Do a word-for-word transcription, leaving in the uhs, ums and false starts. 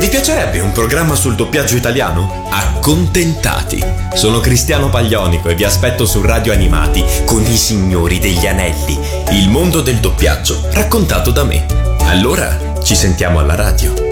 Vi piacerebbe un programma sul doppiaggio italiano? Accontentati! Sono Cristiano Paglionico e vi aspetto su Radio Animati con i Signori degli Anelli, il mondo del doppiaggio raccontato da me. Allora, ci sentiamo alla radio.